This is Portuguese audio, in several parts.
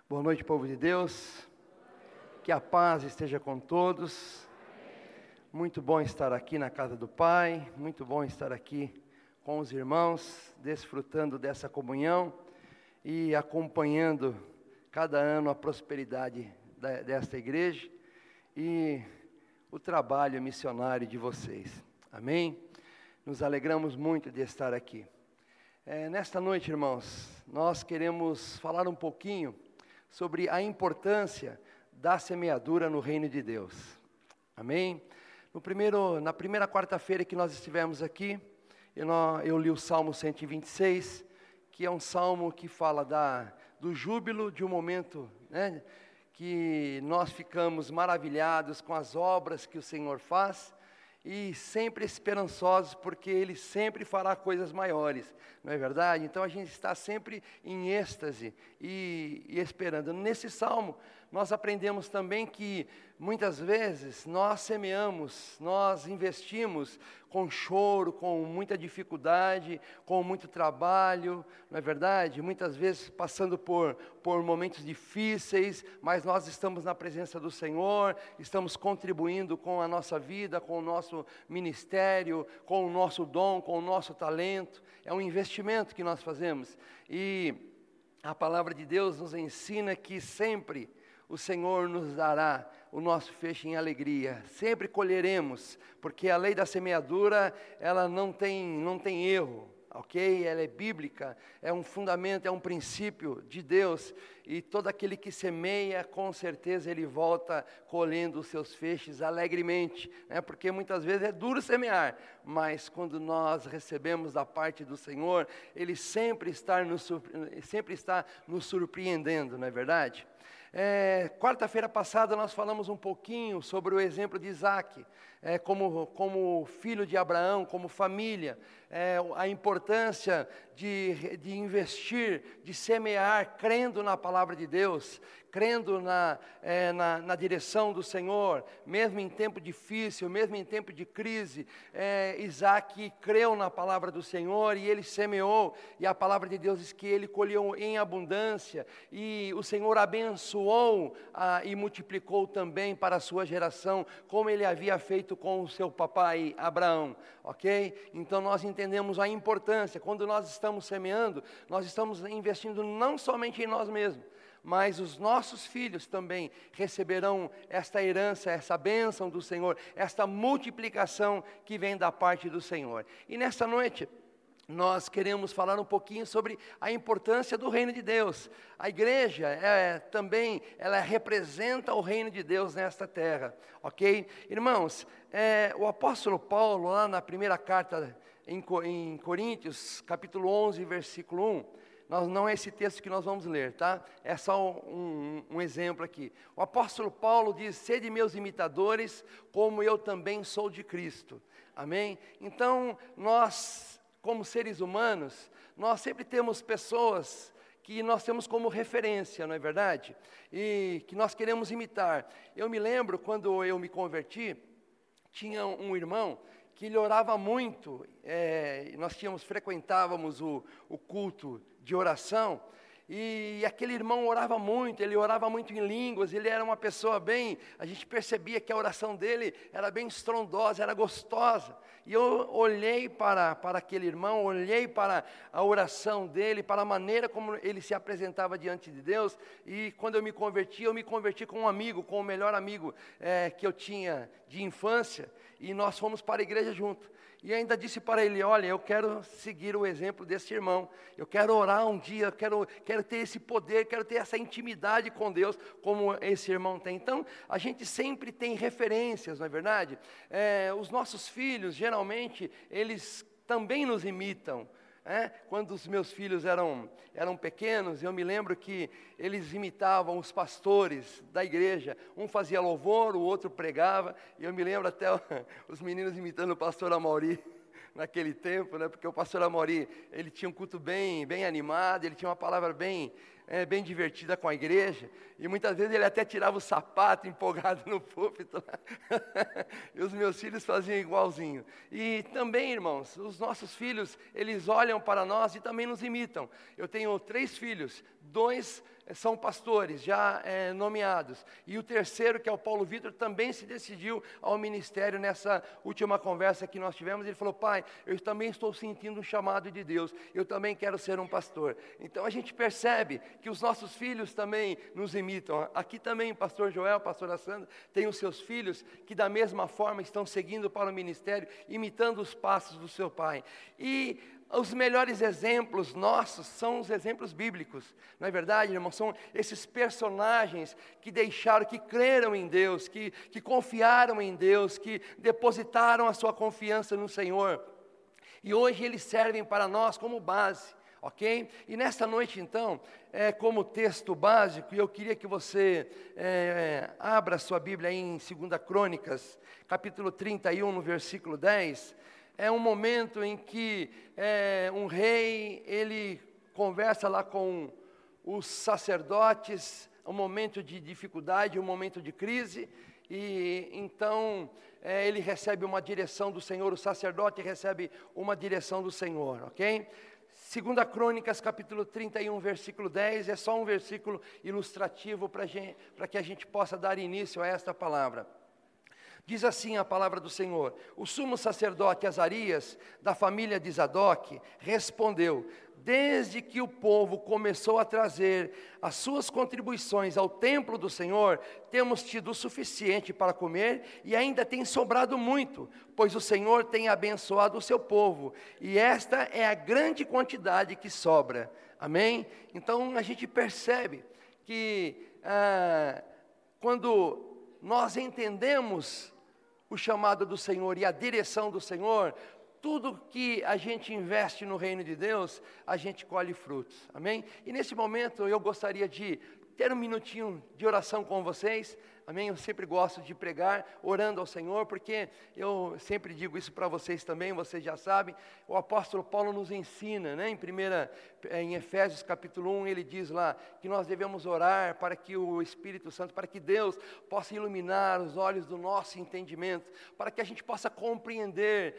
Boa noite, povo de Deus. Que a paz esteja com todos. Muito bom estar aqui na casa do Pai. Muito bom estar aqui com os irmãos, desfrutando dessa comunhão e acompanhando cada ano a prosperidade desta igreja e o trabalho missionário de vocês. Amém? Nos alegramos muito de estar aqui. Nesta noite, irmãos, nós queremos falar um pouquinho sobre a importância da semeadura no reino de Deus. Amém? Na primeira quarta-feira que nós estivemos aqui, eu li o Salmo 126, que é um salmo que fala do júbilo de um momento, né, que nós ficamos maravilhados com as obras que o Senhor faz, e sempre esperançosos, porque Ele sempre fará coisas maiores, não é verdade? Então a gente está sempre em êxtase e esperando. Nesse salmo, nós aprendemos também que muitas vezes nós semeamos, nós investimos com choro, com muita dificuldade, com muito trabalho, não é verdade? Muitas vezes passando por momentos difíceis, mas nós estamos na presença do Senhor, estamos contribuindo com a nossa vida, com o nosso ministério, com o nosso dom, com o nosso talento. É um investimento que nós fazemos. E a palavra de Deus nos ensina que sempre o Senhor nos dará o nosso feixe em alegria. Sempre colheremos, porque a lei da semeadura, ela não tem erro, ok? Ela é bíblica, é um fundamento, é um princípio de Deus. E todo aquele que semeia, com certeza ele volta colhendo os seus feixes alegremente, né? Porque muitas vezes é duro semear, mas quando nós recebemos da parte do Senhor, Ele sempre está nos surpreendendo, não é verdade? Quarta-feira passada nós falamos um pouquinho sobre o exemplo de Isaac, como filho de Abraão, como família, a importância de investir, de semear, crendo na palavra de Deus, crendo na direção do Senhor, mesmo em tempo difícil, mesmo em tempo de crise. Isaac creu na palavra do Senhor e ele semeou, e a palavra de Deus diz que ele colheu em abundância, e o Senhor abençoou e multiplicou também para a sua geração, como ele havia feito com o seu papai Abraão, ok? Então nós entendemos a importância. Quando nós estamos semeando, nós estamos investindo não somente em nós mesmos, mas os nossos filhos também receberão esta herança, essa bênção do Senhor, esta multiplicação que vem da parte do Senhor. E nesta noite, nós queremos falar um pouquinho sobre a importância do reino de Deus. A igreja também, ela representa o reino de Deus nesta terra, ok? Irmãos, o apóstolo Paulo, lá na primeira carta em Coríntios, capítulo 11, versículo 1, não é esse texto que nós vamos ler, tá? É só um exemplo aqui. O apóstolo Paulo diz: sede meus imitadores, como eu também sou de Cristo. Amém? Então, nós, como seres humanos, nós sempre temos pessoas que nós temos como referência, não é verdade? E que nós queremos imitar. Eu me lembro, quando eu me converti, tinha um irmão que ele orava muito. Nós frequentávamos o culto de oração, e aquele irmão orava muito, ele orava muito em línguas, ele era uma pessoa a gente percebia que a oração dele era bem estrondosa, era gostosa, e eu olhei para aquele irmão, olhei para a oração dele, para a maneira como ele se apresentava diante de Deus, e quando eu me converti com um amigo, com o melhor amigo que eu tinha de infância, e nós fomos para a igreja junto. E ainda disse para ele: olha, eu quero seguir o exemplo desse irmão, eu quero orar um dia, quero ter esse poder, quero ter essa intimidade com Deus, como esse irmão tem. Então, a gente sempre tem referências, não é verdade? Os nossos filhos, geralmente, eles também nos imitam. Quando os meus filhos eram pequenos, eu me lembro que eles imitavam os pastores da igreja. Um fazia louvor, o outro pregava. E eu me lembro até os meninos imitando o pastor Amaury naquele tempo, né? Porque o pastor Amaury, ele tinha um culto bem animado, ele tinha uma palavra bem divertida com a igreja, e muitas vezes ele até tirava o sapato empolgado no púlpito, e os meus filhos faziam igualzinho. E também, irmãos, os nossos filhos, eles olham para nós e também nos imitam. Eu tenho 3 filhos, 2 são pastores já nomeados. E o terceiro, que é o Paulo Vitor, também se decidiu ao ministério nessa última conversa que nós tivemos. Ele falou: pai, eu também estou sentindo um chamado de Deus, eu também quero ser um pastor. Então a gente percebe que os nossos filhos também nos imitam. Aqui também o pastor Joel, a pastora Sandra, tem os seus filhos que da mesma forma estão seguindo para o ministério, imitando os passos do seu pai. E os melhores exemplos nossos são os exemplos bíblicos, não é verdade, irmão? São esses personagens que deixaram, que creram em Deus, que confiaram em Deus, que depositaram a sua confiança no Senhor. E hoje eles servem para nós como base, ok? E nesta noite então, como texto básico, eu queria que você abra a sua Bíblia aí em 2 Crônicas, capítulo 31, no versículo 10. É um momento em que um rei, ele conversa lá com os sacerdotes, um momento de dificuldade, um momento de crise, e então ele recebe uma direção do Senhor, o sacerdote recebe uma direção do Senhor, ok? 2 Crônicas, capítulo 31, versículo 10, é só um versículo ilustrativo para que a gente possa dar início a esta palavra. Diz assim a palavra do Senhor: o sumo sacerdote Azarias, da família de Zadok, respondeu: desde que o povo começou a trazer as suas contribuições ao templo do Senhor, temos tido o suficiente para comer e ainda tem sobrado muito, pois o Senhor tem abençoado o seu povo, e esta é a grande quantidade que sobra. Amém? Então a gente percebe que quando nós entendemos o chamado do Senhor e a direção do Senhor, tudo que a gente investe no reino de Deus, a gente colhe frutos, amém? E nesse momento eu gostaria de ter um minutinho de oração com vocês, amém? Eu sempre gosto de pregar orando ao Senhor, porque eu sempre digo isso para vocês também, vocês já sabem, o apóstolo Paulo nos ensina, né? Em Efésios capítulo 1, ele diz lá, que nós devemos orar para que o Espírito Santo, para que Deus possa iluminar os olhos do nosso entendimento, para que a gente possa compreender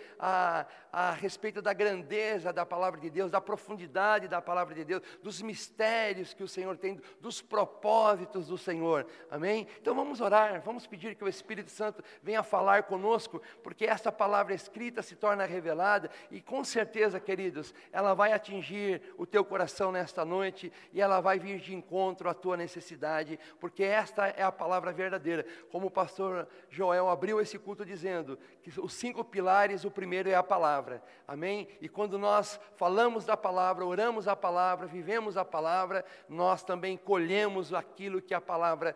a respeito da grandeza da palavra de Deus, da profundidade da palavra de Deus, dos mistérios que o Senhor tem, dos propósitos do Senhor, amém? Então vamos orar, vamos pedir que o Espírito Santo venha falar conosco, porque essa palavra escrita se torna revelada, e com certeza, queridos, ela vai atingir o teu coração nesta noite, e ela vai vir de encontro à tua necessidade, porque esta é a palavra verdadeira, como o pastor Joel abriu esse culto dizendo, que os 5 pilares, o primeiro é a palavra, amém? E quando nós falamos da palavra, oramos a palavra, vivemos a palavra, nós também colhemos aquilo que a palavra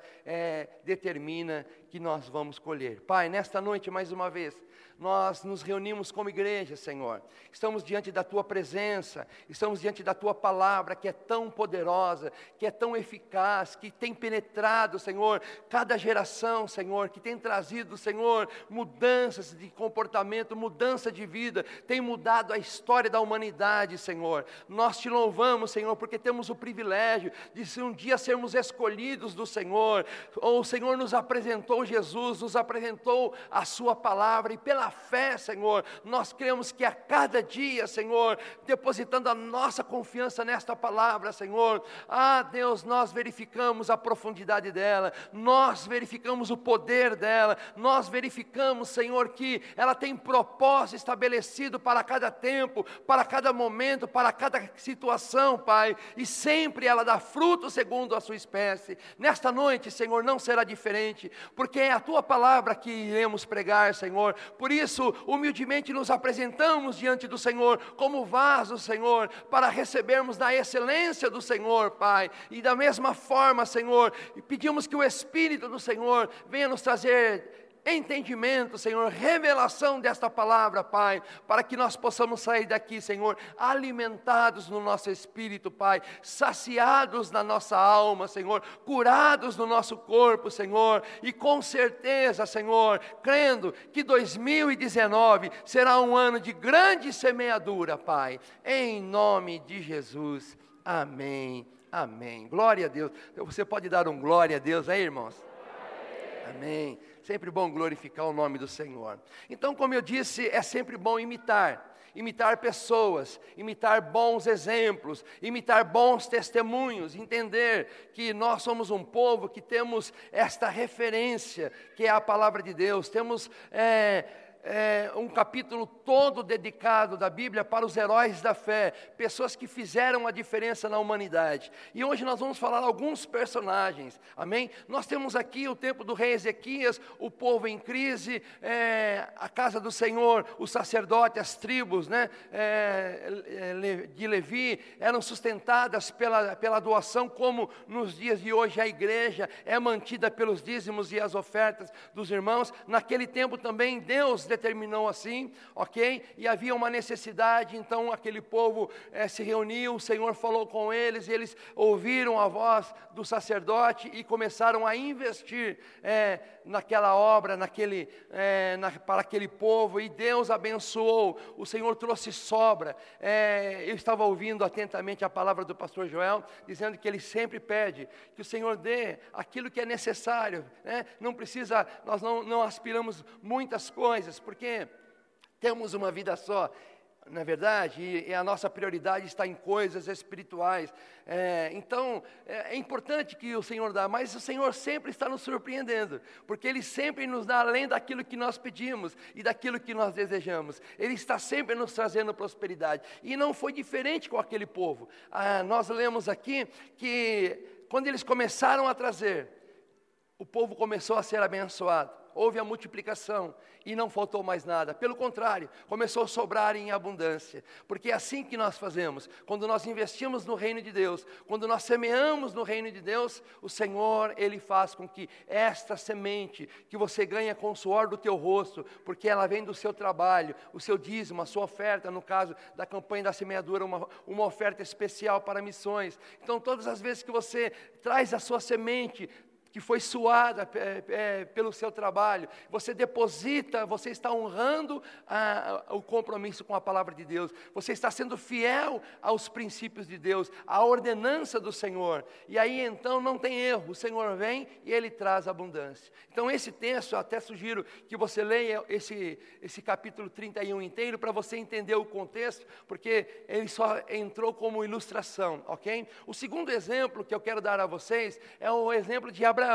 determina que nós vamos colher. Pai, nesta noite, mais uma vez, nós nos reunimos como igreja, Senhor, estamos diante da Tua presença, estamos diante da Tua palavra, que é tão poderosa, que é tão eficaz, que tem penetrado, Senhor, cada geração, Senhor, que tem trazido, Senhor, mudanças de comportamento, mudança de vida, tem mudado a história da humanidade, Senhor. Nós Te louvamos, Senhor, porque temos o privilégio de um dia sermos escolhidos do Senhor. O Senhor nos apresentou Jesus, nos apresentou a Sua palavra, e pela fé, Senhor, nós cremos que a cada dia, Senhor, depositando a nossa confiança nesta palavra, Senhor, Deus, nós verificamos a profundidade dela, nós verificamos o poder dela, nós verificamos, Senhor, que ela tem propósito estabelecido para cada tempo, para cada momento, para cada situação, Pai, e sempre ela dá fruto segundo a sua espécie. Nesta noite, Senhor, não será diferente, porque é a Tua palavra que iremos pregar, Senhor. Por isso, humildemente nos apresentamos diante do Senhor, como vasos, Senhor, para recebermos da excelência do Senhor, Pai. E da mesma forma, Senhor, pedimos que o Espírito do Senhor venha nos trazer entendimento, Senhor, revelação desta palavra, Pai, para que nós possamos sair daqui, Senhor, alimentados no nosso espírito, Pai, saciados na nossa alma, Senhor, curados no nosso corpo, Senhor, e com certeza, Senhor, crendo que 2019 será um ano de grande semeadura, Pai, em nome de Jesus, amém, amém. Glória a Deus. Você pode dar um glória a Deus aí, irmãos? Amém. Sempre bom glorificar o nome do Senhor. Então, como eu disse, é sempre bom imitar. imitar pessoas, imitar bons exemplos, imitar bons testemunhos, entender que nós somos um povo que temos esta referência, que é a palavra de Deus. Temos um capítulo todo dedicado da Bíblia para os heróis da fé, pessoas que fizeram a diferença na humanidade. E hoje nós vamos falar alguns personagens, amém? Nós temos aqui o tempo do rei Ezequias, o povo em crise, a casa do Senhor, o sacerdote, as tribos, né, de Levi, eram sustentadas pela doação, como nos dias de hoje a igreja é mantida pelos dízimos e as ofertas dos irmãos. Naquele tempo também Deus determinou assim, ok? E havia uma necessidade, então aquele povo se reuniu, o Senhor falou com eles, e eles ouviram a voz do sacerdote e começaram a investir naquela obra, para aquele povo, e Deus abençoou. O Senhor trouxe sobra. Eu estava ouvindo atentamente a palavra do pastor Joel, dizendo que ele sempre pede que o Senhor dê aquilo que é necessário, né? Não precisa, nós não aspiramos muitas coisas, porque temos uma vida só, na verdade, e a nossa prioridade está em coisas espirituais. Então, é importante que o Senhor dá, mas o Senhor sempre está nos surpreendendo, porque Ele sempre nos dá além daquilo que nós pedimos e daquilo que nós desejamos. Ele está sempre nos trazendo prosperidade, e não foi diferente com aquele povo. Nós lemos aqui que quando eles começaram a trazer, o povo começou a ser abençoado. Houve a multiplicação e não faltou mais nada. Pelo contrário, começou a sobrar em abundância. Porque é assim que nós fazemos. Quando nós investimos no reino de Deus, quando nós semeamos no reino de Deus, o Senhor, Ele faz com que esta semente que você ganha com o suor do teu rosto, porque ela vem do seu trabalho, o seu dízimo, a sua oferta, no caso da campanha da semeadura, uma oferta especial para missões. Então, todas as vezes que você traz a sua semente, que foi suada pelo seu trabalho, você deposita, você está honrando o compromisso com a palavra de Deus, você está sendo fiel aos princípios de Deus, à ordenança do Senhor, e aí então não tem erro, o Senhor vem e Ele traz abundância. Então esse texto, eu até sugiro que você leia esse capítulo 31 inteiro, para você entender o contexto, porque ele só entrou como ilustração, ok? O segundo exemplo que eu quero dar a vocês é o exemplo de Abraão.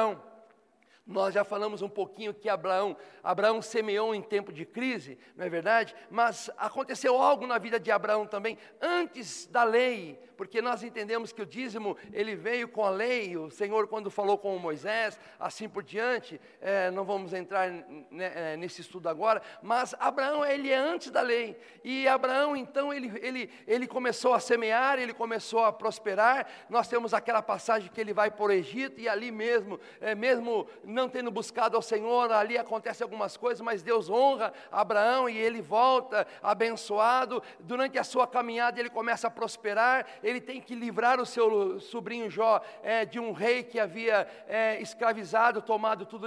Nós já falamos um pouquinho que Abraão semeou em tempo de crise, não é verdade? Mas aconteceu algo na vida de Abraão também, antes da lei, porque nós entendemos que o dízimo, ele veio com a lei, o Senhor quando falou com Moisés, assim por diante, não vamos entrar nesse estudo agora, mas Abraão, ele é antes da lei, e Abraão então, ele começou a semear, ele começou a prosperar. Nós temos aquela passagem que ele vai para o Egito, e ali mesmo não tendo buscado ao Senhor, ali acontecem algumas coisas, mas Deus honra Abraão, e ele volta abençoado. Durante a sua caminhada ele começa a prosperar, ele tem que livrar o seu sobrinho Jó de um rei que havia escravizado, tomado tudo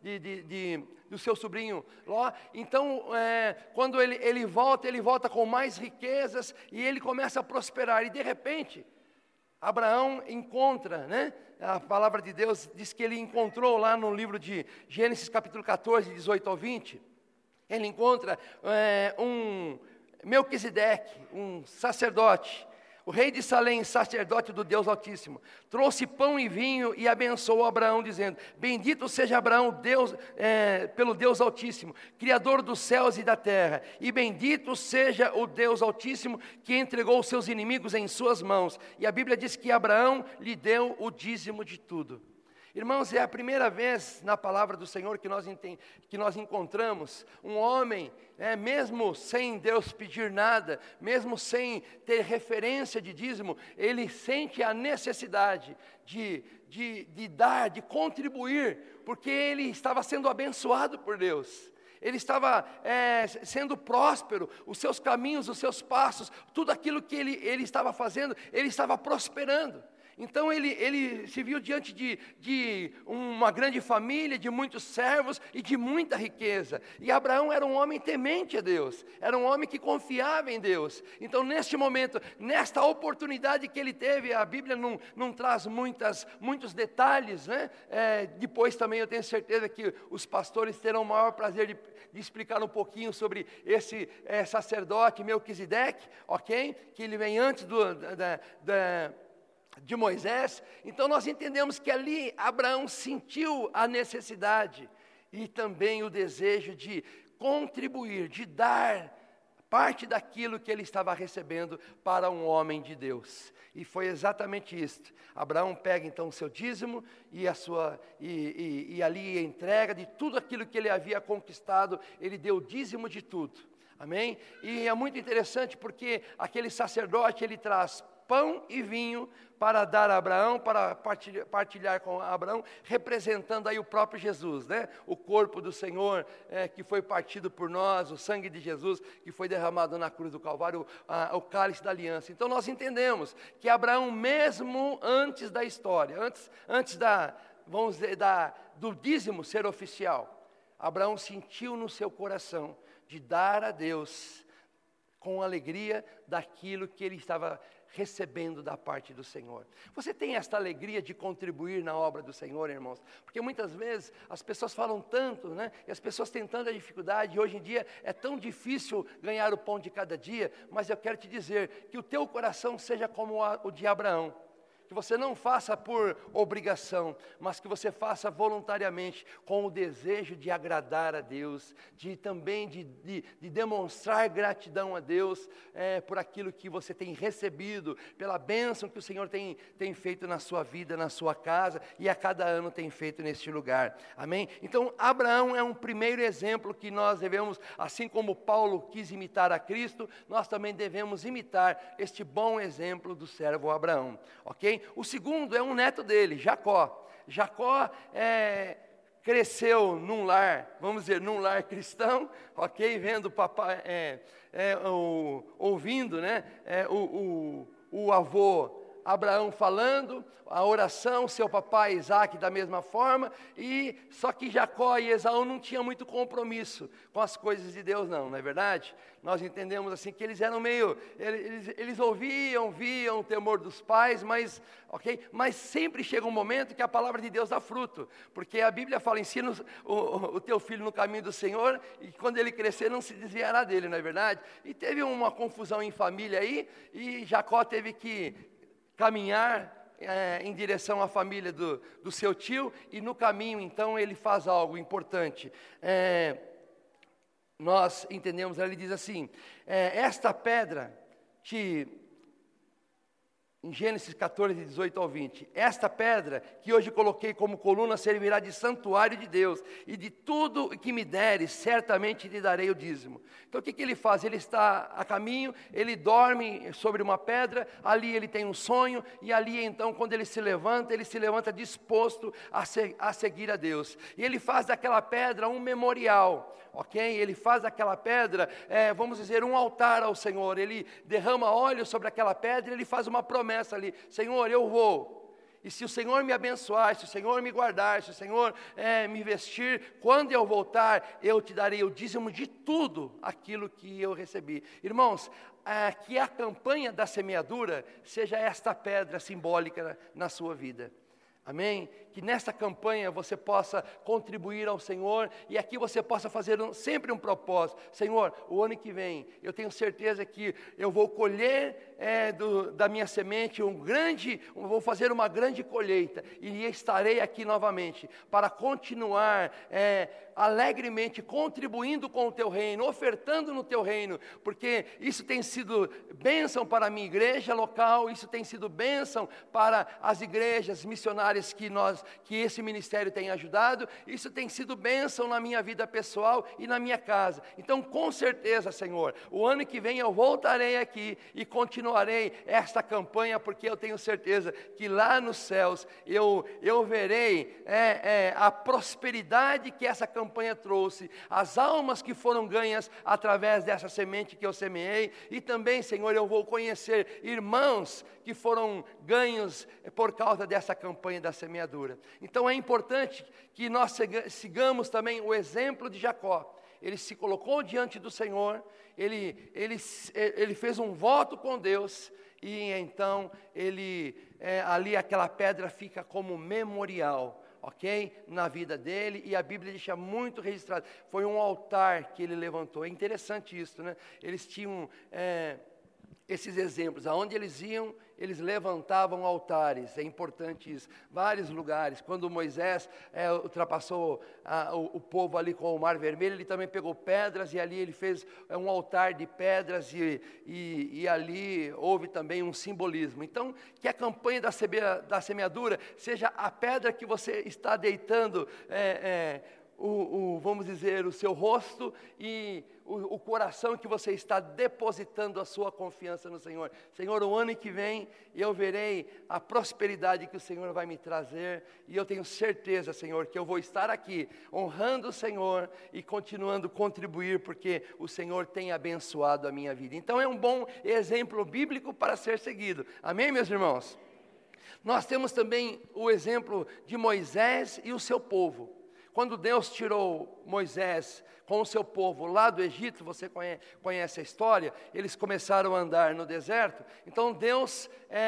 do seu sobrinho Ló. Então, quando ele volta com mais riquezas, e ele começa a prosperar, e de repente, Abraão encontra, né? A palavra de Deus diz que ele encontrou lá no livro de Gênesis capítulo 14, 18 ao 20, ele encontra um Melquisedeque, um sacerdote, o rei de Salém, sacerdote do Deus Altíssimo, trouxe pão e vinho e abençoou Abraão, dizendo: bendito seja Abraão, pelo Deus Altíssimo, Criador dos céus e da terra, e bendito seja o Deus Altíssimo, que entregou os seus inimigos em suas mãos. E a Bíblia diz que Abraão lhe deu o dízimo de tudo. Irmãos, é a primeira vez na palavra do Senhor que nós encontramos um homem, mesmo sem Deus pedir nada, mesmo sem ter referência de dízimo, ele sente a necessidade de dar, de contribuir, porque ele estava sendo abençoado por Deus. Ele estava sendo próspero, os seus caminhos, os seus passos, tudo aquilo que ele estava fazendo, ele estava prosperando. Então ele se viu diante de uma grande família, de muitos servos e de muita riqueza. E Abraão era um homem temente a Deus, era um homem que confiava em Deus. Então neste momento, nesta oportunidade que ele teve, a Bíblia não traz muitos detalhes, né? Depois também eu tenho certeza que os pastores terão o maior prazer de explicar um pouquinho sobre esse sacerdote Melquisedeque, ok? Que ele vem antes de Moisés. Então nós entendemos que ali Abraão sentiu a necessidade e também o desejo de contribuir, de dar parte daquilo que ele estava recebendo para um homem de Deus. E foi exatamente isso. Abraão pega então o seu dízimo e ali a entrega de tudo aquilo que ele havia conquistado, ele deu o dízimo de tudo. Amém? E é muito interessante porque aquele sacerdote, ele traz pão e vinho para dar a Abraão, para partilhar com Abraão, representando aí o próprio Jesus, né? O corpo do Senhor que foi partido por nós, o sangue de Jesus que foi derramado na cruz do Calvário, o cálice da aliança. Então nós entendemos que Abraão, mesmo antes da história, antes do dízimo ser oficial, Abraão sentiu no seu coração de dar a Deus com alegria daquilo que ele estava recebendo da parte do Senhor. Você tem esta alegria de contribuir na obra do Senhor, irmãos? Porque muitas vezes as pessoas falam tanto, né? E as pessoas têm tanta dificuldade, e hoje em dia é tão difícil ganhar o pão de cada dia, mas eu quero te dizer que o teu coração seja como o de Abraão. Que você não faça por obrigação, mas que você faça voluntariamente, com o desejo de agradar a Deus, também de demonstrar gratidão a Deus por aquilo que você tem recebido, pela bênção que o Senhor tem feito na sua vida, na sua casa, e a cada ano tem feito neste lugar. Amém? Então Abraão é um primeiro exemplo que nós devemos, assim como Paulo quis imitar a Cristo, nós também devemos imitar este bom exemplo do servo Abraão, ok? O segundo é um neto dele, Jacó. Jacó cresceu num lar, vamos dizer, num lar cristão, ok? Vendo o papai, ouvindo, né? O avô Abraão falando, a oração, seu papai Isaac da mesma forma, e só que Jacó e Esaú não tinham muito compromisso com as coisas de Deus não é verdade? Nós entendemos assim que eles eram eles viam o temor dos pais, mas sempre chega um momento que a palavra de Deus dá fruto, porque a Bíblia fala, ensina o teu filho no caminho do Senhor, e quando ele crescer não se desviará dele, não é verdade? E teve uma confusão em família aí, e Jacó teve que caminhar em direção à família do seu tio, e no caminho então ele faz algo importante. Nós entendemos, ele diz assim, esta pedra em Gênesis 14, 18 ao 20, esta pedra que hoje coloquei como coluna servirá de santuário de Deus, e de tudo que me deres, certamente te darei o dízimo. Então o que ele faz? Ele está a caminho, ele dorme sobre uma pedra, ali ele tem um sonho, e ali então quando ele se levanta disposto a seguir a Deus, e ele faz daquela pedra um memorial, ok? Ele faz daquela pedra, vamos dizer, um altar ao Senhor, ele derrama óleo sobre aquela pedra, ele faz uma promessa ali, Senhor, eu vou, e se o Senhor me abençoar, se o Senhor me guardar, se o Senhor me vestir, quando eu voltar, eu te darei o dízimo de tudo aquilo que eu recebi. Irmãos, que a campanha da semeadura seja esta pedra simbólica na sua vida. Amém? Que nesta campanha você possa contribuir ao Senhor, e aqui você possa fazer sempre um propósito. Senhor, o ano que vem, eu tenho certeza que eu vou colher da minha semente vou fazer uma grande colheita, e estarei aqui novamente, para continuar alegremente contribuindo com o Teu reino, ofertando no Teu reino, porque isso tem sido bênção para a minha igreja local, isso tem sido bênção para as igrejas missionárias que nós irmãos, que esse ministério tem ajudado. Isso tem sido bênção na minha vida pessoal e na minha casa. Então, com certeza, Senhor, o ano que vem eu voltarei aqui e continuarei esta campanha, porque eu tenho certeza que lá nos céus eu verei a prosperidade que essa campanha trouxe, as almas que foram ganhas através dessa semente que eu semeei, e também, Senhor, eu vou conhecer irmãos que foram ganhos por causa dessa campanha da semeadura. Então é importante que nós sigamos também o exemplo de Jacó. Ele se colocou diante do Senhor, ele fez um voto com Deus, e então ali aquela pedra fica como memorial, ok? Na vida dele, e a Bíblia deixa muito registrado. Foi um altar que ele levantou. É interessante isso, né? Eles tinham esses exemplos, aonde eles iam, eles levantavam altares. É importante isso. Vários lugares. Quando Moisés ultrapassou o povo ali com o Mar Vermelho, ele também pegou pedras, e ali ele fez um altar de pedras, e ali houve também um simbolismo. Então, que a campanha da semeadura seja a pedra que você está deitando, vamos dizer, o seu rosto, e o coração que você está depositando a sua confiança no Senhor. Senhor, o ano que vem eu verei a prosperidade que o Senhor vai me trazer, e eu tenho certeza, Senhor, que eu vou estar aqui honrando o Senhor e continuando a contribuir, porque o Senhor tem abençoado a minha vida. Então é um bom exemplo bíblico para ser seguido. Amém, meus irmãos? Nós temos também o exemplo de Moisés e o seu povo. Quando Deus tirou Moisés com o seu povo lá do Egito, você conhece a história, eles começaram a andar no deserto. Então Deus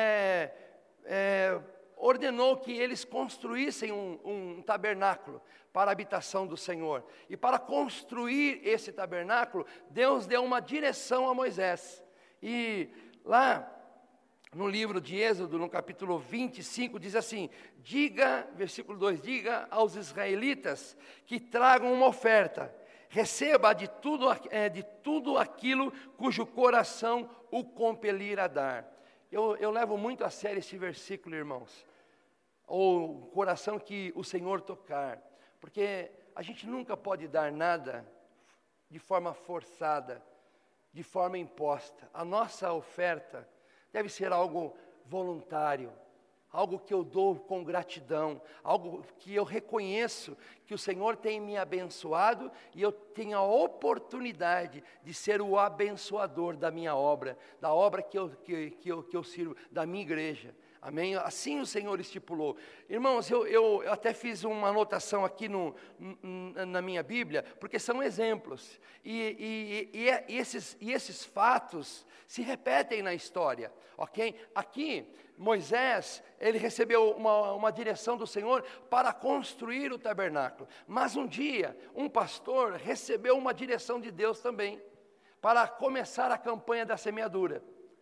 ordenou que eles construíssem um tabernáculo para a habitação do Senhor. E para construir esse tabernáculo, Deus deu uma direção a Moisés. E lá no livro de Êxodo, no capítulo 25, diz assim: versículo 2, diga aos israelitas que tragam uma oferta, receba de tudo aquilo cujo coração o compelir a dar. Eu levo muito a sério esse versículo, irmãos, ou o coração que o Senhor tocar, porque a gente nunca pode dar nada de forma forçada, de forma imposta. A nossa oferta deve ser algo voluntário, algo que eu dou com gratidão, algo que eu reconheço que o Senhor tem me abençoado, e eu tenho a oportunidade de ser o abençoador da minha obra, da obra que eu sirvo, da minha igreja. Amém? Assim o Senhor estipulou. Irmãos, eu até fiz uma anotação aqui na minha Bíblia, porque são exemplos. E esses fatos se repetem na história, ok? Aqui, Moisés, ele recebeu uma direção do Senhor para construir o tabernáculo. Mas um dia, um pastor recebeu uma direção de Deus também, para começar a campanha da semeadura.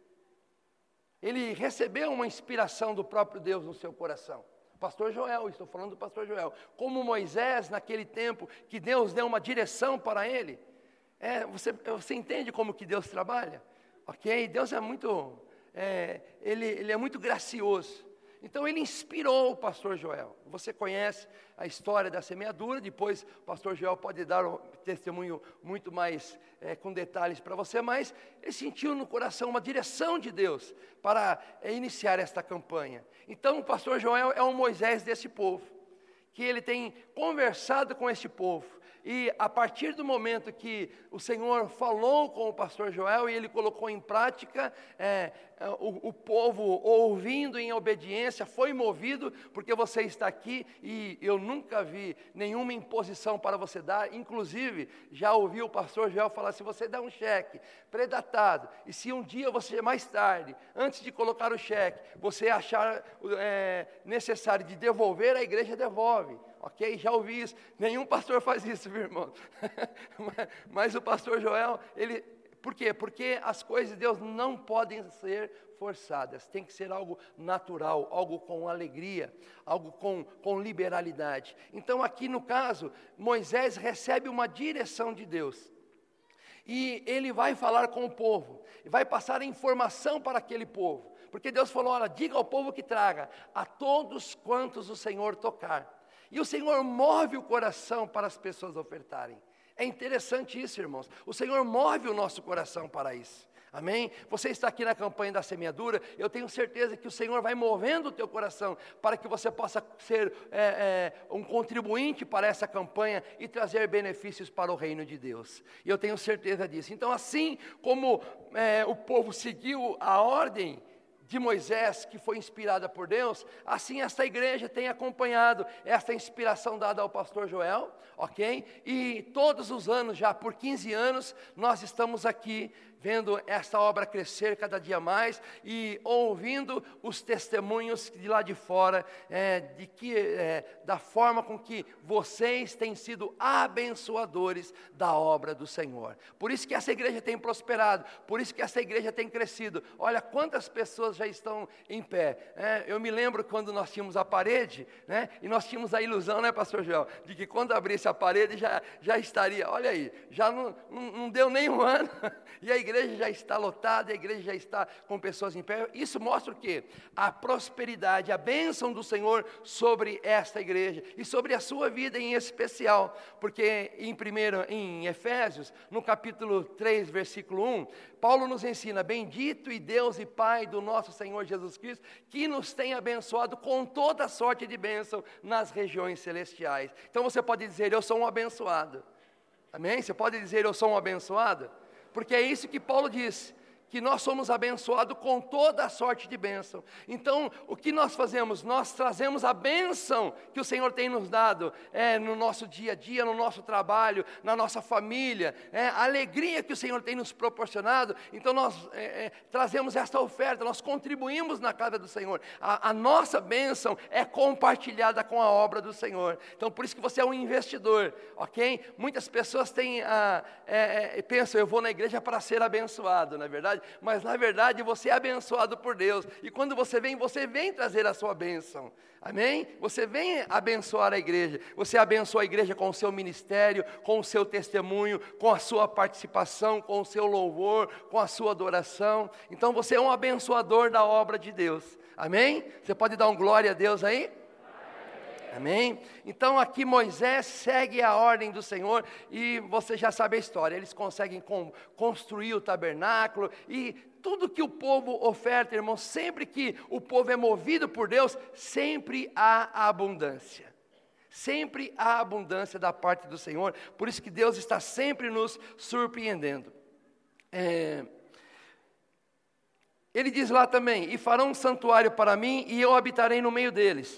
Ele recebeu uma inspiração do próprio Deus no seu coração. Pastor Joel, estou falando do pastor Joel. Como Moisés, naquele tempo, que Deus deu uma direção para ele. Você entende como que Deus trabalha? Ok? Deus é muito, ele é muito gracioso. Então ele inspirou o pastor Joel. Você conhece a história da semeadura, depois o pastor Joel pode dar um testemunho muito mais com detalhes para você, mas ele sentiu no coração uma direção de Deus para iniciar esta campanha. Então o pastor Joel é o Moisés desse povo, que ele tem conversado com este povo. E a partir do momento que o Senhor falou com o pastor Joel e ele colocou em prática, o povo, ouvindo em obediência, foi movido, porque você está aqui e eu nunca vi nenhuma imposição para você dar. Inclusive, já ouvi o pastor Joel falar: se você dá um cheque predatado, e se um dia você, mais tarde, antes de colocar o cheque, você achar necessário de devolver, a igreja devolve. Ok? Já ouvi isso. Nenhum pastor faz isso, meu irmão. Mas o pastor Joel, por quê? Porque as coisas de Deus não podem ser forçadas. Tem que ser algo natural, algo com alegria, algo com liberalidade. Então aqui no caso, Moisés recebe uma direção de Deus. E ele vai falar com o povo, vai passar a informação para aquele povo. Porque Deus falou, olha, diga ao povo que traga, a todos quantos o Senhor tocar. E o Senhor move o coração para as pessoas ofertarem. É interessante isso, irmãos. O Senhor move o nosso coração para isso. Amém? Você está aqui na campanha da semeadura, eu tenho certeza que o Senhor vai movendo o teu coração para que você possa ser um contribuinte para essa campanha e trazer benefícios para o reino de Deus. E eu tenho certeza disso. Então, assim como o povo seguiu a ordem de Moisés, que foi inspirada por Deus, assim esta igreja tem acompanhado esta inspiração dada ao pastor Joel, ok? E todos os anos, já por 15 anos, nós estamos aqui vendo esta obra crescer cada dia mais e ouvindo os testemunhos de lá de fora, da forma com que vocês têm sido abençoadores da obra do Senhor. Por isso que essa igreja tem prosperado, por isso que essa igreja tem crescido. Olha quantas pessoas já estão em pé. Eu me lembro quando nós tínhamos a parede, né? E nós tínhamos a ilusão, né, pastor Joel, de que quando abrisse a parede já estaria, olha aí, já não deu nem um ano, e a igreja já está lotada, a igreja já está com pessoas em pé. Isso mostra o quê? A prosperidade, a bênção do Senhor sobre esta igreja e sobre a sua vida em especial, porque em Efésios, no capítulo 3, versículo 1, Paulo nos ensina, bendito e Deus e Pai do nosso Senhor Jesus Cristo, que nos tem abençoado com toda sorte de bênção nas regiões celestiais. Então você pode dizer, eu sou um abençoado. Amém? Você pode dizer, eu sou um abençoado? Porque é isso que Paulo diz, que nós somos abençoados com toda a sorte de bênção. Então, o que nós fazemos? Nós trazemos a bênção que o Senhor tem nos dado no nosso dia a dia, no nosso trabalho, na nossa família, a alegria que o Senhor tem nos proporcionado. Então, nós trazemos esta oferta, nós contribuímos na casa do Senhor. A nossa bênção é compartilhada com a obra do Senhor. Então, por isso que você é um investidor, ok? Muitas pessoas pensam, eu vou na igreja para ser abençoado, não é verdade? Mas na verdade você é abençoado por Deus, e quando você vem trazer a sua bênção, amém? Você vem abençoar a igreja, você abençoa a igreja com o seu ministério, com o seu testemunho, com a sua participação, com o seu louvor, com a sua adoração. Então você é um abençoador da obra de Deus, amém? Você pode dar um glória a Deus aí? Amém? Então aqui Moisés segue a ordem do Senhor e você já sabe a história. Eles conseguem construir o tabernáculo e tudo que o povo oferta, irmãos, sempre que o povo é movido por Deus, sempre há abundância. Sempre há abundância da parte do Senhor. Por isso que Deus está sempre nos surpreendendo. Ele diz lá também, e farão um santuário para mim e eu habitarei no meio deles.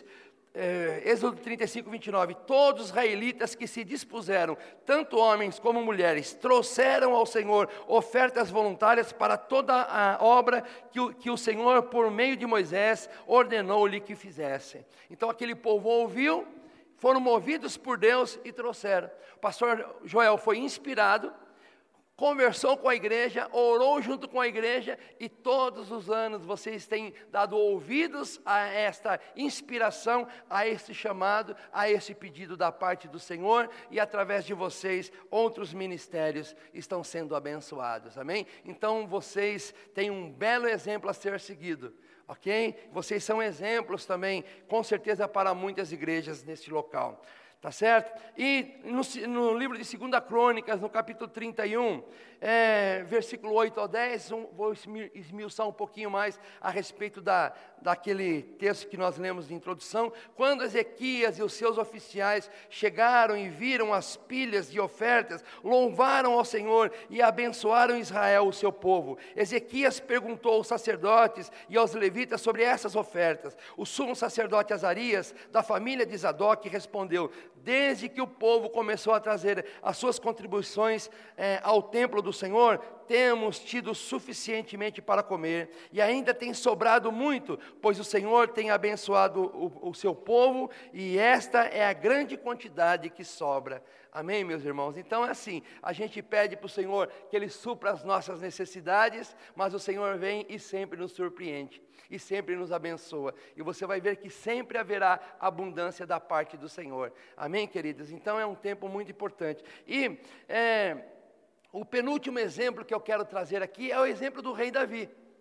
Êxodo 35, 29, todos os israelitas que se dispuseram, tanto homens como mulheres, trouxeram ao Senhor ofertas voluntárias para toda a obra que o Senhor, por meio de Moisés, ordenou-lhe que fizessem. Então aquele povo ouviu, foram movidos por Deus e trouxeram. O pastor Joel foi inspirado, conversou com a igreja, orou junto com a igreja, e todos os anos vocês têm dado ouvidos a esta inspiração, a este chamado, a esse pedido da parte do Senhor, e através de vocês, outros ministérios estão sendo abençoados, amém? Então vocês têm um belo exemplo a ser seguido, ok? Vocês são exemplos também, com certeza, para muitas igrejas neste local. Tá certo? E no livro de 2 Crônicas, no capítulo 31, versículo 8 ao 10, vou esmiuçar um pouquinho mais a respeito daquele texto que nós lemos de introdução. Quando Ezequias e os seus oficiais chegaram e viram as pilhas de ofertas, louvaram ao Senhor e abençoaram Israel, o seu povo. Ezequias perguntou aos sacerdotes e aos levitas sobre essas ofertas. O sumo sacerdote Azarias, da família de Zadok, respondeu: desde que o povo começou a trazer as suas contribuições ao templo do Senhor, temos tido suficientemente para comer, e ainda tem sobrado muito, pois o Senhor tem abençoado o seu povo, e esta é a grande quantidade que sobra. Amém, meus irmãos? Então é assim, a gente pede para o Senhor que Ele supra as nossas necessidades, mas o Senhor vem e sempre nos surpreende, e sempre nos abençoa, e você vai ver que sempre haverá abundância da parte do Senhor. Amém, queridos? Então é um tempo muito importante. E o penúltimo exemplo que eu quero trazer aqui é o exemplo do rei Davi.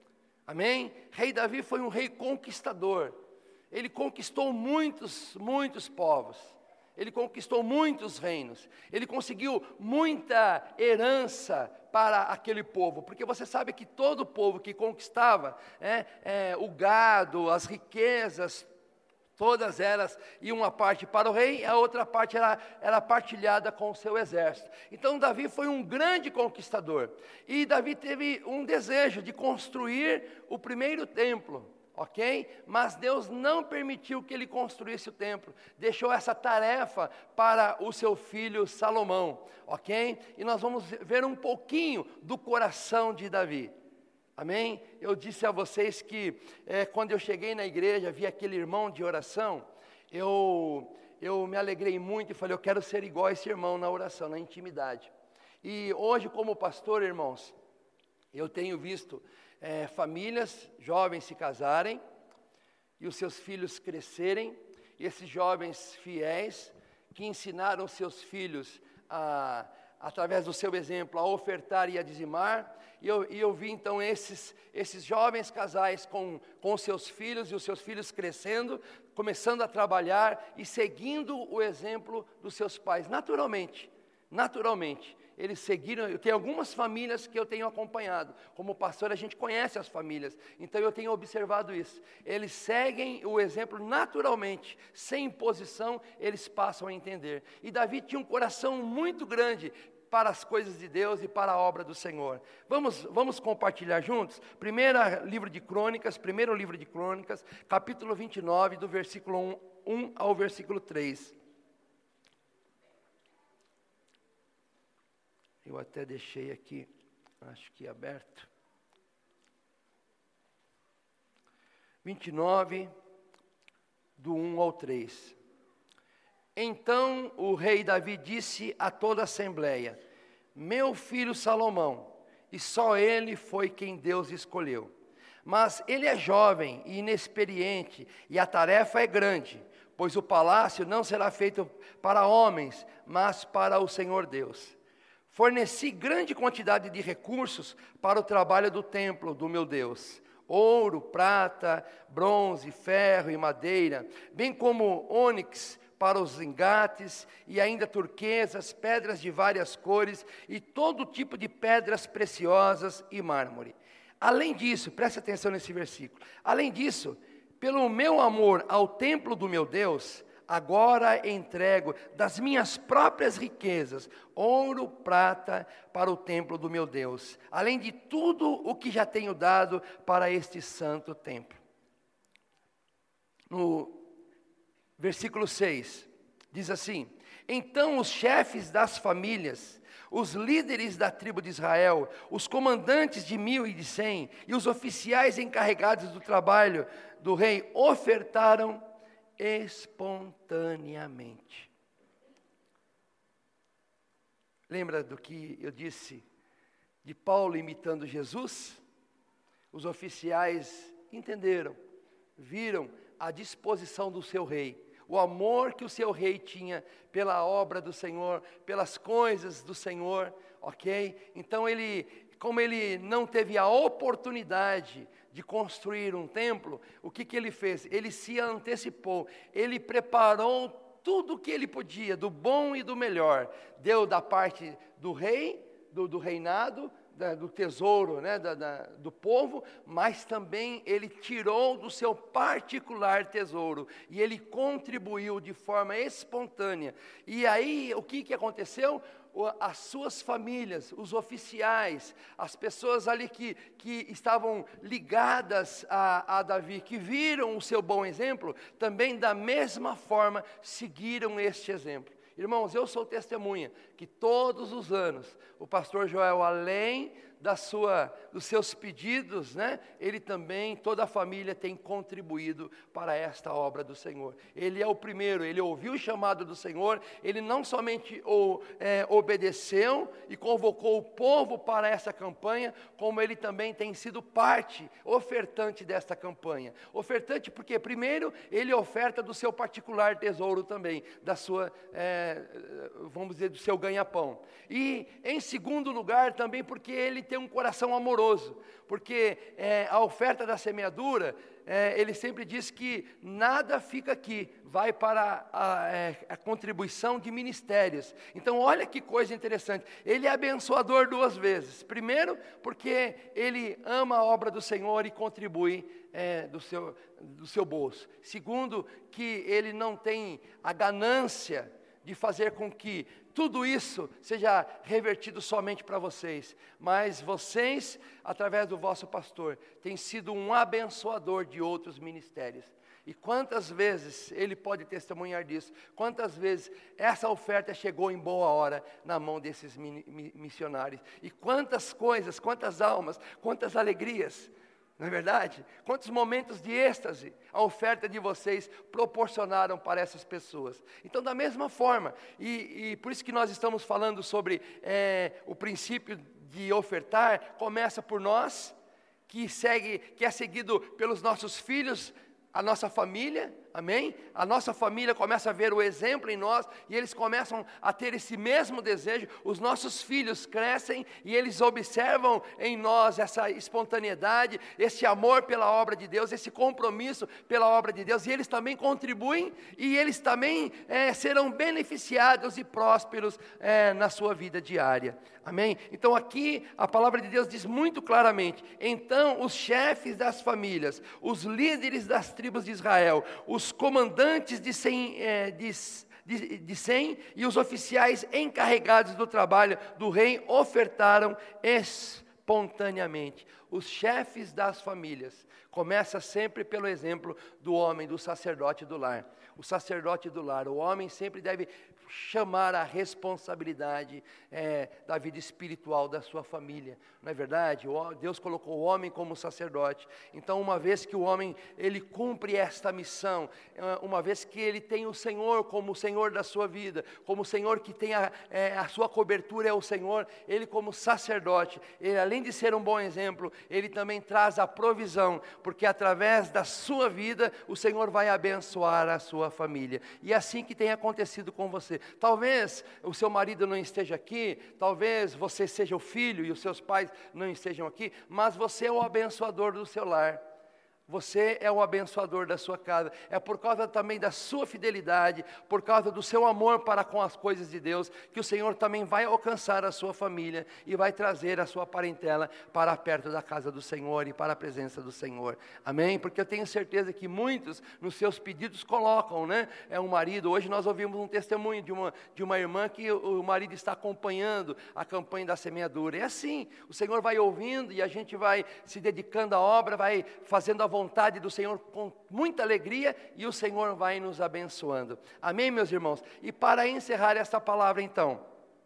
Amém? Rei Davi foi um rei conquistador. Ele conquistou muitos povos. Ele conquistou muitos reinos. Ele conseguiu muita herança para aquele povo. Porque você sabe que todo povo que conquistava o gado, as riquezas, todas elas iam uma parte para o rei, e a outra parte era partilhada com o seu exército. Então Davi foi um grande conquistador. E Davi teve um desejo de construir o primeiro templo. Ok? Mas Deus não permitiu que ele construísse o templo, deixou essa tarefa para o seu filho Salomão, ok? E nós vamos ver um pouquinho do coração de Davi, amém? Eu disse a vocês que quando eu cheguei na igreja, vi aquele irmão de oração, eu me alegrei muito e falei, eu quero ser igual a esse irmão na oração, na intimidade. E hoje, como pastor, irmãos, eu tenho visto famílias, jovens se casarem e os seus filhos crescerem, e esses jovens fiéis que ensinaram seus filhos através do seu exemplo a ofertar e a dizimar, e eu vi então esses jovens casais com seus filhos e os seus filhos crescendo, começando a trabalhar e seguindo o exemplo dos seus pais, naturalmente, eles seguiram. Eu tenho algumas famílias que eu tenho acompanhado, como pastor a gente conhece as famílias, então eu tenho observado isso, eles seguem o exemplo naturalmente, sem imposição, eles passam a entender, e Davi tinha um coração muito grande para as coisas de Deus e para a obra do Senhor. Vamos compartilhar juntos? Primeiro livro de Crônicas, capítulo 29, do versículo 1 ao versículo 3. Eu até deixei aqui, acho que aberto. 29, do 1 ao 3. Então o rei Davi disse a toda a assembleia: meu filho Salomão, e só ele foi quem Deus escolheu. Mas ele é jovem e inexperiente, e a tarefa é grande, pois o palácio não será feito para homens, mas para o Senhor Deus. Forneci grande quantidade de recursos para o trabalho do templo do meu Deus: ouro, prata, bronze, ferro e madeira, bem como ônix para os engates, e ainda turquesas, pedras de várias cores e todo tipo de pedras preciosas e mármore. Além disso, preste atenção nesse versículo, além disso, pelo meu amor ao templo do meu Deus, agora entrego das minhas próprias riquezas, ouro, prata, para o templo do meu Deus, além de tudo o que já tenho dado para este santo templo. No versículo 6, diz assim: então os chefes das famílias, os líderes da tribo de Israel, os comandantes de 1.000 e de 100, e os oficiais encarregados do trabalho do rei, ofertaram espontaneamente. Lembra do que eu disse de Paulo imitando Jesus? Os oficiais entenderam, viram a disposição do seu rei, o amor que o seu rei tinha pela obra do Senhor, pelas coisas do Senhor, ok? Então como ele não teve a oportunidade de construir um templo, o que ele fez? Ele se antecipou, ele preparou tudo o que ele podia, do bom e do melhor, deu da parte do rei, do reinado, do tesouro, né, do povo, mas também ele tirou do seu particular tesouro, e ele contribuiu de forma espontânea. E aí, o que aconteceu? As suas famílias, os oficiais, as pessoas ali que estavam ligadas a Davi, que viram o seu bom exemplo, também da mesma forma seguiram este exemplo. Irmãos, eu sou testemunha que todos os anos o pastor Joel, além dos seus pedidos, né, ele também, toda a família tem contribuído para esta obra do Senhor. Ele é o primeiro, ele ouviu o chamado do Senhor, ele não somente obedeceu e convocou o povo para essa campanha, como ele também tem sido parte, ofertante desta campanha. Ofertante porque, primeiro, ele oferta do seu particular tesouro também, da sua, vamos dizer, do seu ganha-pão. E, em segundo lugar, também porque ele tem um coração amoroso, porque a oferta da semeadura, ele sempre diz que nada fica aqui, vai para a contribuição de ministérios. Então olha que coisa interessante, ele é abençoador duas vezes. Primeiro, porque ele ama a obra do Senhor e contribui do seu bolso. Segundo, que ele não tem a ganância de fazer com que tudo isso seja revertido somente para vocês, mas vocês, através do vosso pastor, têm sido um abençoador de outros ministérios. E quantas vezes ele pode testemunhar disso, quantas vezes essa oferta chegou em boa hora na mão desses missionários, e quantas coisas, quantas almas, quantas alegrias, não é verdade? Quantos momentos de êxtase a oferta de vocês proporcionaram para essas pessoas. Então, da mesma forma, e por isso que nós estamos falando sobre o princípio de ofertar, começa por nós, que é seguido pelos nossos filhos, a nossa família, amém? A nossa família começa a ver o exemplo em nós, e eles começam a ter esse mesmo desejo. Os nossos filhos crescem, e eles observam em nós essa espontaneidade, esse amor pela obra de Deus, esse compromisso pela obra de Deus, e eles também contribuem, e eles também serão beneficiados e prósperos na sua vida diária, amém? Então aqui a palavra de Deus diz muito claramente: então os chefes das famílias, os líderes das tribos de Israel, os comandantes de 100 e os oficiais encarregados do trabalho do rei ofertaram espontaneamente. Os chefes das famílias, começa sempre pelo exemplo do homem, do sacerdote do lar. O sacerdote do lar, o homem sempre deve chamar a responsabilidade da vida espiritual da sua família, não é verdade? Deus colocou o homem como sacerdote. Então, uma vez que o homem ele cumpre esta missão, uma vez que ele tem o Senhor como o Senhor da sua vida, como o Senhor que tem a sua cobertura é o Senhor, ele como sacerdote, ele além de ser um bom exemplo, ele também traz a provisão, porque através da sua vida o Senhor vai abençoar a sua família. E é assim que tem acontecido com você. Talvez o seu marido não esteja aqui, talvez você seja o filho e os seus pais não estejam aqui, mas você é o abençoador do seu lar. Você é o abençoador da sua casa. É por causa também da sua fidelidade, por causa do seu amor para com as coisas de Deus, que o Senhor também vai alcançar a sua família e vai trazer a sua parentela para perto da casa do Senhor e para a presença do Senhor. Amém? Porque eu tenho certeza que muitos nos seus pedidos colocam, né? Um marido. Hoje nós ouvimos um testemunho de uma irmã que o marido está acompanhando a campanha da semeadura. É assim, o Senhor vai ouvindo e a gente vai se dedicando à obra, vai fazendo a vontade do Senhor com muita alegria, e o Senhor vai nos abençoando. Amém, meus irmãos? E para encerrar esta palavra então,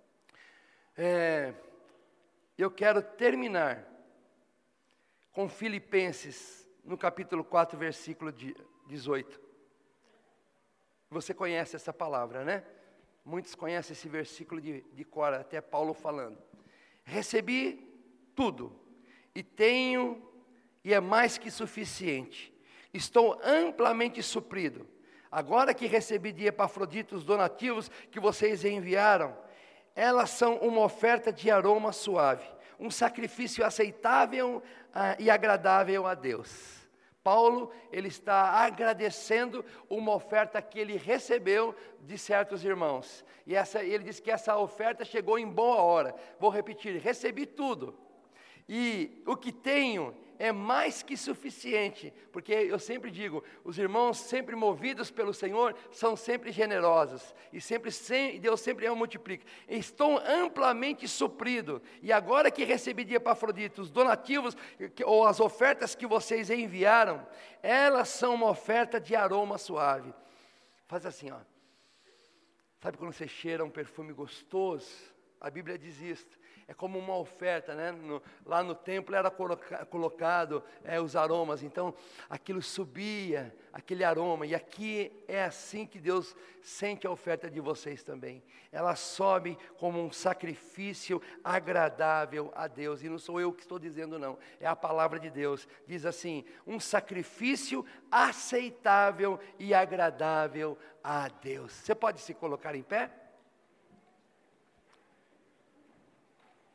eu quero terminar com Filipenses, no capítulo 4, versículo 18. Você conhece essa palavra, né? Muitos conhecem esse versículo de cor, até Paulo falando. Recebi tudo, e tenho, e é mais que suficiente. Estou amplamente suprido. Agora que recebi de Epafrodito os donativos que vocês enviaram, elas são uma oferta de aroma suave, um sacrifício aceitável e agradável a Deus. Paulo, ele está agradecendo uma oferta que ele recebeu de certos irmãos. E ele diz que essa oferta chegou em boa hora. Vou repetir: recebi tudo. E o que tenho é mais que suficiente, porque eu sempre digo, os irmãos sempre movidos pelo Senhor, são sempre generosos, e Deus sempre multiplica. Estou amplamente suprido, e agora que recebi de Epafrodito os donativos, ou as ofertas que vocês enviaram, elas são uma oferta de aroma suave. Faz assim, ó. Sabe quando você cheira um perfume gostoso? A Bíblia diz isso. É como uma oferta, né? Lá no templo era colocado os aromas, então aquilo subia, aquele aroma, e aqui é assim que Deus sente a oferta de vocês também. Ela sobe como um sacrifício agradável a Deus, e não sou eu que estou dizendo não, é a palavra de Deus, diz assim: um sacrifício aceitável e agradável a Deus. Você pode se colocar em pé?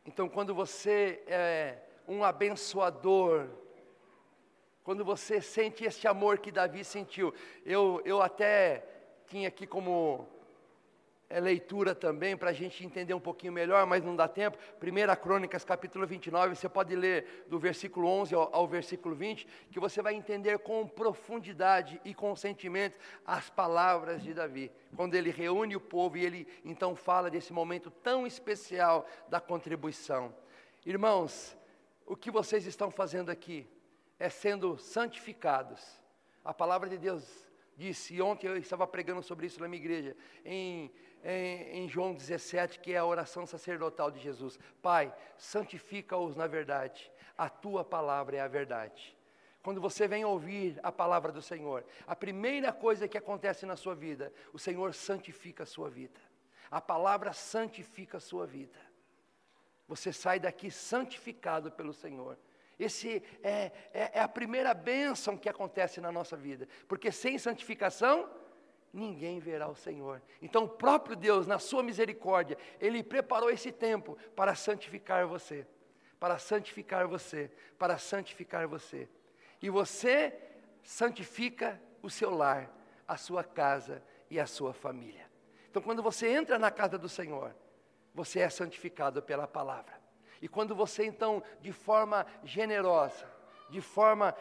Então, quando você é um abençoador, quando você sente esse amor que Davi sentiu, eu até tinha aqui como leitura também, para a gente entender um pouquinho melhor, mas não dá tempo. 1 Crônicas, capítulo 29, você pode ler do versículo 11 ao versículo 20, que você vai entender com profundidade e com sentimento as palavras de Davi, quando ele reúne o povo e ele então fala desse momento tão especial da contribuição. Irmãos, o que vocês estão fazendo aqui é sendo santificados. A palavra de Deus disse, e ontem eu estava pregando sobre isso na minha igreja, em João 17, que é a oração sacerdotal de Jesus. Pai, santifica-os na verdade, a tua palavra é a verdade. Quando você vem ouvir a palavra do Senhor, a primeira coisa que acontece na sua vida, o Senhor santifica a sua vida. A palavra santifica a sua vida. Você sai daqui santificado pelo Senhor. Esse é a primeira bênção que acontece na nossa vida, porque sem santificação, ninguém verá o Senhor. Então o próprio Deus, na sua misericórdia, Ele preparou esse tempo para santificar você, para santificar você, para santificar você. E você santifica o seu lar, a sua casa e a sua família. Então quando você entra na casa do Senhor, você é santificado pela palavra. E quando você então, de forma generosa, de forma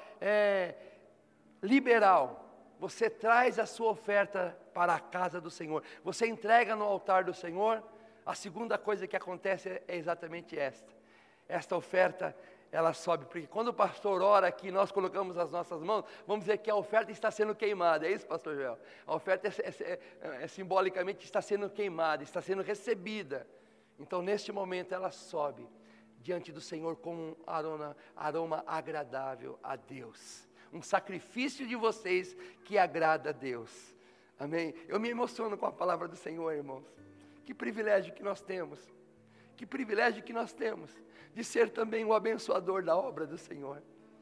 liberal, você traz a sua oferta para a casa do Senhor, você entrega no altar do Senhor, a segunda coisa que acontece é exatamente esta oferta, ela sobe, porque quando o pastor ora aqui, nós colocamos as nossas mãos, vamos dizer que a oferta está sendo queimada, é isso, pastor Joel? A oferta simbolicamente está sendo queimada, está sendo recebida. Então neste momento ela sobe diante do Senhor com um aroma agradável a Deus. Um sacrifício de vocês que agrada a Deus. Amém? Eu me emociono com a palavra do Senhor, irmãos. Que privilégio que nós temos. Que privilégio que nós temos de ser também o abençoador da obra do Senhor.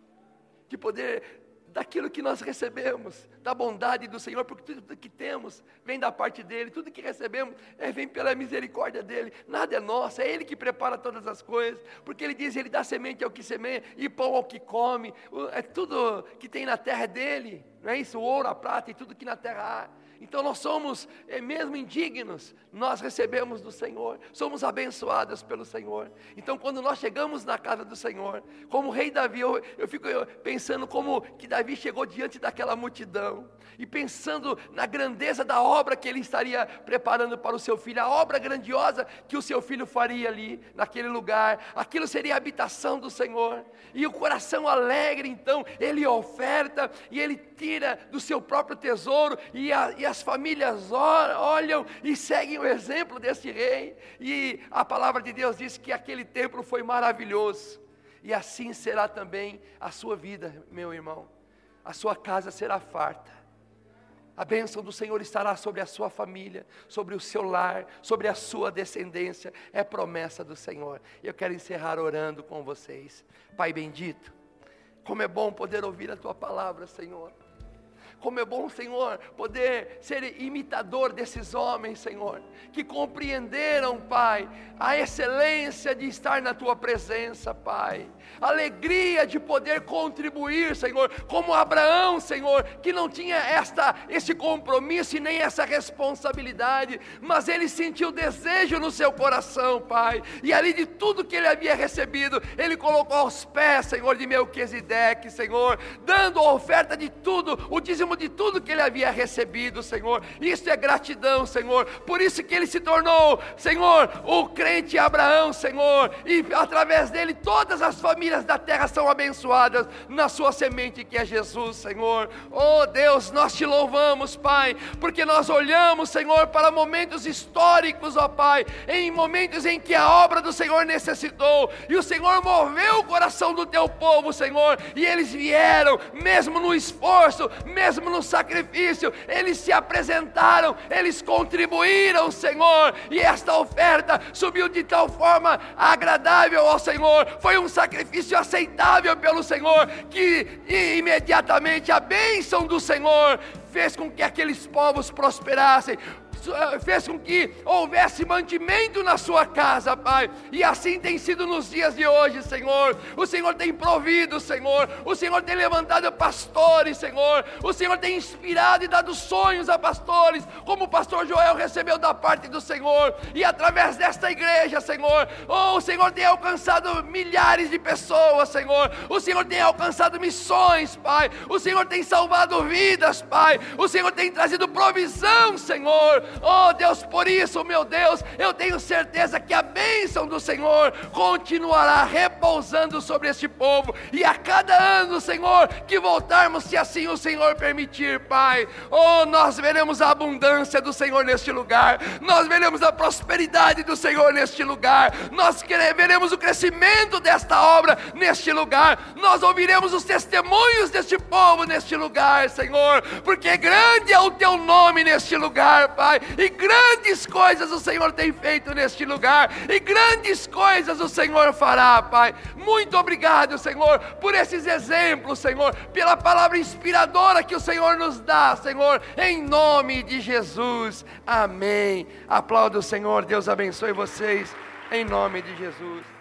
De poder, daquilo que nós recebemos, da bondade do Senhor, porque tudo que temos vem da parte dEle, tudo que recebemos vem pela misericórdia dEle, nada é nosso, é Ele que prepara todas as coisas, porque Ele diz, Ele dá semente ao que semeia, e pão ao que come, tudo que tem na terra é dEle, não é isso? O ouro, a prata e tudo que na terra há. Então nós somos, mesmo indignos, nós recebemos do Senhor, somos abençoados pelo Senhor. Então quando nós chegamos na casa do Senhor, como o rei Davi, eu fico pensando como que Davi chegou diante daquela multidão, e pensando na grandeza da obra que ele estaria preparando para o seu filho, a obra grandiosa que o seu filho faria ali, naquele lugar, aquilo seria a habitação do Senhor, e o coração alegre então, ele oferta, e ele tira do seu próprio tesouro, e as famílias olham e seguem o exemplo desse rei, e a palavra de Deus diz que aquele templo foi maravilhoso, e assim será também a sua vida, meu irmão, a sua casa será farta, a bênção do Senhor estará sobre a sua família, sobre o seu lar, sobre a sua descendência, é promessa do Senhor. Eu quero encerrar orando com vocês. Pai bendito, como é bom poder ouvir a tua palavra, Senhor. Como é bom, Senhor, poder ser imitador desses homens, Senhor, que compreenderam, Pai, a excelência de estar na Tua presença, Pai, a alegria de poder contribuir, Senhor, como Abraão, Senhor, que não tinha esse compromisso e nem essa responsabilidade, mas ele sentiu desejo no seu coração, Pai, e ali de tudo que ele havia recebido, ele colocou aos pés, Senhor, de Melquisedeque, Senhor, dando a oferta de tudo, o dízimo de tudo que ele havia recebido, Senhor. Isso é gratidão, Senhor. Por isso que ele se tornou, Senhor, o crente Abraão, Senhor, e através dele todas as famílias da terra são abençoadas na sua semente que é Jesus, Senhor. Oh Deus, nós te louvamos, Pai, porque nós olhamos, Senhor, para momentos históricos, ó Pai, em momentos em que a obra do Senhor necessitou, e o Senhor moveu o coração do teu povo, Senhor, e eles vieram, mesmo no esforço, mesmo no sacrifício, eles se apresentaram, eles contribuíram, Senhor, e esta oferta subiu de tal forma agradável ao Senhor, foi um sacrifício aceitável pelo Senhor, que imediatamente a bênção do Senhor fez com que aqueles povos prosperassem. fez com que houvesse mantimento na sua casa, Pai, e assim tem sido nos dias de hoje, Senhor. O Senhor tem provido, Senhor, o Senhor tem levantado pastores, Senhor, o Senhor tem inspirado e dado sonhos a pastores, como o pastor Joel recebeu da parte do Senhor, e através desta igreja, Senhor, o Senhor tem alcançado milhares de pessoas, Senhor, o Senhor tem alcançado missões, Pai, o Senhor tem salvado vidas, Pai, o Senhor tem trazido provisão, Senhor. Oh Deus, por isso, meu Deus, eu tenho certeza que a bênção do Senhor continuará repousando sobre este povo, e a cada ano, Senhor, que voltarmos, se assim o Senhor permitir, Pai, oh, nós veremos a abundância do Senhor neste lugar, nós veremos a prosperidade do Senhor neste lugar, nós veremos o crescimento desta obra neste lugar, nós ouviremos os testemunhos deste povo neste lugar, Senhor, porque grande é o teu nome neste lugar, Pai, e grandes coisas o Senhor tem feito neste lugar, e grandes coisas o Senhor fará, Pai. Muito obrigado, Senhor, por esses exemplos, Senhor, pela palavra inspiradora que o Senhor nos dá, Senhor, em nome de Jesus, amém. Aplauda o Senhor, Deus abençoe vocês, em nome de Jesus.